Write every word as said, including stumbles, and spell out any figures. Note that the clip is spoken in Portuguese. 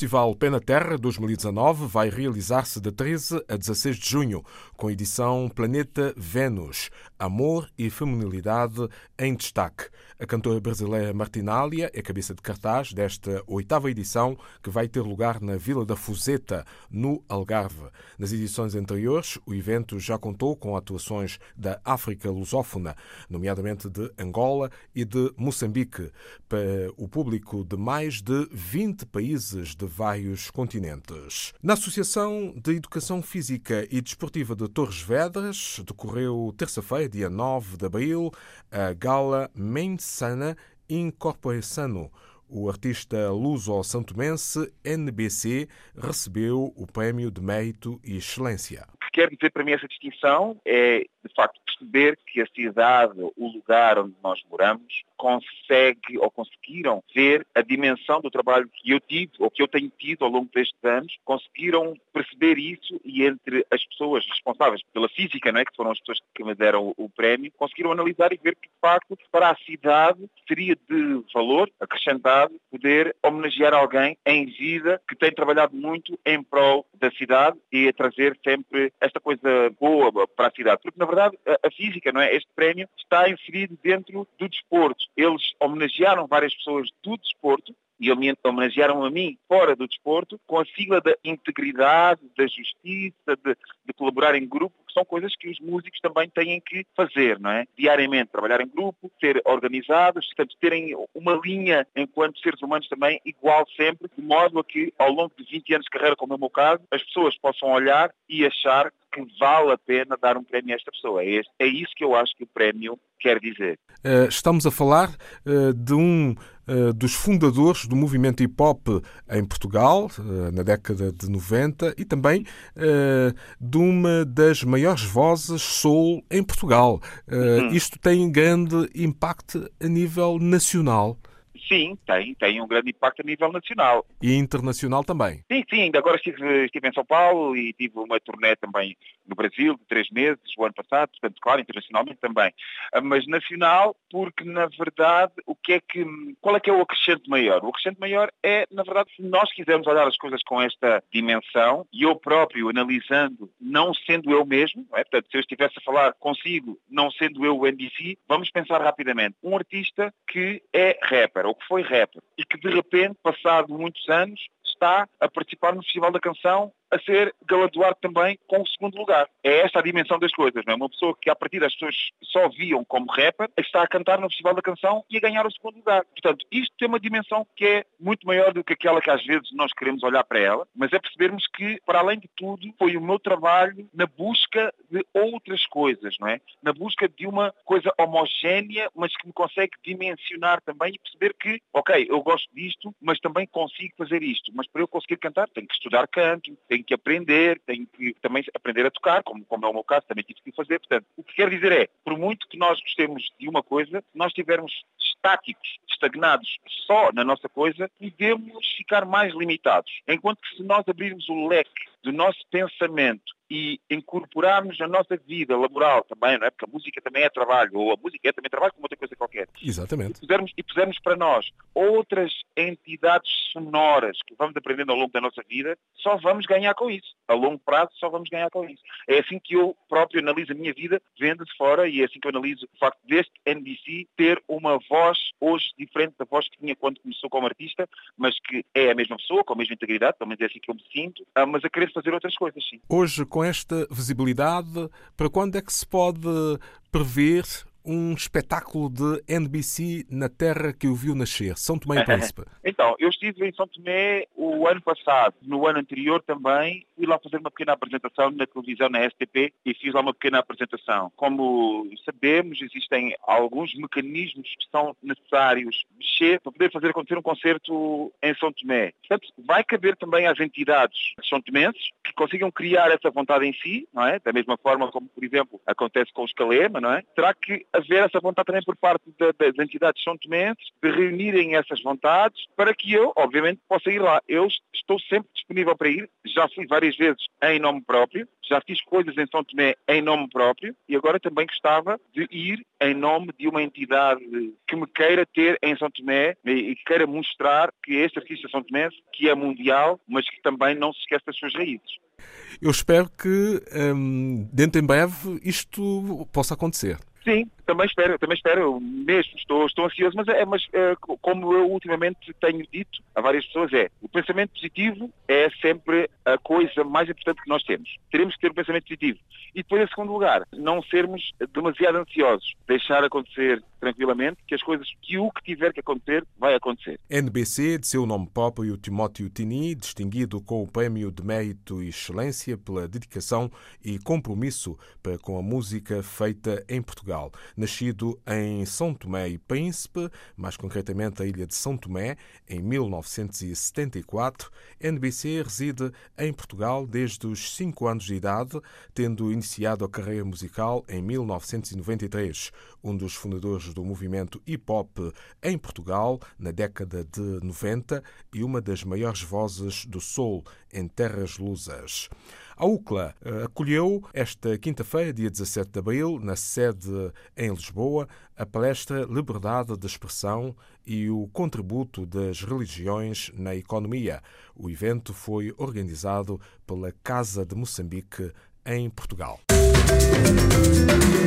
Festival Pé na Terra dois mil e dezanove vai realizar-se de treze a dezasseis de junho, com a edição Planeta Vênus, Amor e Feminilidade em destaque. A cantora brasileira Martinália é cabeça de cartaz desta oitava edição, que vai ter lugar na Vila da Fuzeta, no Algarve. Nas edições anteriores, o evento já contou com atuações da África lusófona, nomeadamente de Angola e de Moçambique, para o público de mais de vinte países de vários continentes. Na Associação de Educação Física e Desportiva de Torres Vedras, decorreu terça-feira, dia nove de abril, a Gala Mensana Incorporação. O artista luso-santomense N B C recebeu o Prémio de Mérito e Excelência. O que quer dizer para mim essa distinção é, de facto, perceber que a cidade, o lugar onde nós moramos, consegue ou conseguiram ver a dimensão do trabalho que eu tive ou que eu tenho tido ao longo destes anos, conseguiram perceber isso e entre as pessoas responsáveis pela física, não é, que foram as pessoas que me deram o, o prémio, conseguiram analisar e ver que, de facto, para a cidade seria de valor acrescentado poder homenagear alguém em vida que tem trabalhado muito em prol da cidade e a trazer sempre esta coisa boa para a cidade. Porque, na verdade, a, a física, não é, este prémio está inserido dentro do desporto. Eles homenagearam várias pessoas do desporto e homenagearam a mim fora do desporto com a sigla da integridade, da justiça, de, de colaborar em grupo, que são coisas que os músicos também têm que fazer, não é? Diariamente, trabalhar em grupo, ser organizados, portanto, terem uma linha enquanto seres humanos também igual sempre, de modo a que, ao longo de vinte anos de carreira, como é o meu caso, as pessoas possam olhar e achar que vale a pena dar um prémio a esta pessoa. É, este, é isso que eu acho que o prémio quer dizer. Estamos a falar de um dos fundadores do movimento hip-hop em Portugal, na década de noventa, e também de uma das maiores vozes soul em Portugal. Uhum. Isto tem grande impacto a nível nacional. Sim, tem, tem um grande impacto a nível nacional. E internacional também. Sim, sim, ainda agora estive, estive em São Paulo e tive uma turnê também no Brasil de três meses, o ano passado, portanto, claro, internacionalmente também. Mas nacional, porque, na verdade, o que é que, qual é que é o acrescente maior? O acrescente maior é, na verdade, se nós quisermos olhar as coisas com esta dimensão, e eu próprio analisando, não sendo eu mesmo, não é? Portanto, se eu estivesse a falar consigo, não sendo eu o N B C, vamos pensar rapidamente. Um artista que é rapper, ou que foi rapper, e que de repente, passado muitos anos, está a participar no Festival da Canção, a ser galardoado também com o segundo lugar. É esta a dimensão das coisas, não é? Uma pessoa que, a partir das pessoas só viam como rapper, está a cantar no Festival da Canção e a ganhar o segundo lugar. Portanto, isto tem uma dimensão que é muito maior do que aquela que às vezes nós queremos olhar para ela, mas é percebermos que, para além de tudo, foi o meu trabalho na busca de outras coisas, não é? Na busca de uma coisa homogénea, mas que me consegue dimensionar também e perceber que, ok, eu gosto disto, mas também consigo fazer isto. Mas para eu conseguir cantar, tenho que estudar canto, tenho que aprender, tenho que também aprender a tocar, como, como é o meu caso, também tive que fazer. Portanto, o que quer dizer é, por muito que nós gostemos de uma coisa, se nós estivermos estáticos, estagnados só na nossa coisa, podemos ficar mais limitados. Enquanto que se nós abrirmos o leque do nosso pensamento e incorporarmos na nossa vida laboral também, não é? Porque a música também é trabalho, ou a música é também trabalho como outra coisa qualquer. Exatamente. E pusermos, e pusermos para nós outras entidades sonoras que vamos aprendendo ao longo da nossa vida, só vamos ganhar com isso. A longo prazo só vamos ganhar com isso. É assim que eu próprio analiso a minha vida, vendo de fora, e é assim que eu analiso o facto deste N B C ter uma voz hoje diferente da voz que tinha quando começou como artista, mas que é a mesma pessoa, com a mesma integridade, pelo menos é assim que eu me sinto, mas a querer fazer outras coisas, sim. Hoje, com esta visibilidade, para quando é que se pode prever um espetáculo de N B C na terra que o viu nascer, São Tomé e Príncipe? Então, eu estive em São Tomé o ano passado, no ano anterior também, fui lá fazer uma pequena apresentação na televisão, na S T P, e fiz lá uma pequena apresentação. Como sabemos, existem alguns mecanismos que são necessários mexer para poder fazer acontecer um concerto em São Tomé. Portanto, vai caber também às entidades são-tomenses que consigam criar essa vontade em si, não é? Da mesma forma como, por exemplo, acontece com os Calema, não é? Será que haver essa vontade também por parte de, das entidades são-tomenses de reunirem essas vontades para que eu, obviamente, possa ir lá. Eu estou sempre disponível para ir, já fui várias vezes em nome próprio, já fiz coisas em São Tomé em nome próprio e agora também gostava de ir em nome de uma entidade que me queira ter em São Tomé e que queira mostrar que este artista são tomense, que é mundial, mas que também não se esquece das suas raízes. Eu espero que, hum, dentro em breve, isto possa acontecer. Sim, também espero, também espero, mesmo, estou, estou ansioso, mas, é, mas é, como eu ultimamente tenho dito a várias pessoas, é, o pensamento positivo é sempre a coisa mais importante que nós temos. Teremos que ter um pensamento positivo. E depois, em segundo lugar, não sermos demasiado ansiosos, deixar acontecer tranquilamente, que as coisas, que o que tiver que acontecer, vai acontecer. N B C, de seu nome próprio, Timóteo Tini, distinguido com o Prémio de Mérito e Excelência pela dedicação e compromisso para com a música feita em Portugal. Nascido em São Tomé e Príncipe, mais concretamente a ilha de São Tomé, em mil novecentos e setenta e quatro, N B C reside em Portugal desde os cinco anos de idade, tendo iniciado a carreira musical em mil novecentos e noventa e três, um dos fundadores do movimento hip-hop em Portugal na década de noventa e uma das maiores vozes do soul em terras lusas. A U C L A acolheu esta quinta-feira, dia dezassete de abril, na sede em Lisboa, a palestra Liberdade de Expressão e o contributo das religiões na economia. O evento foi organizado pela Casa de Moçambique, em Portugal.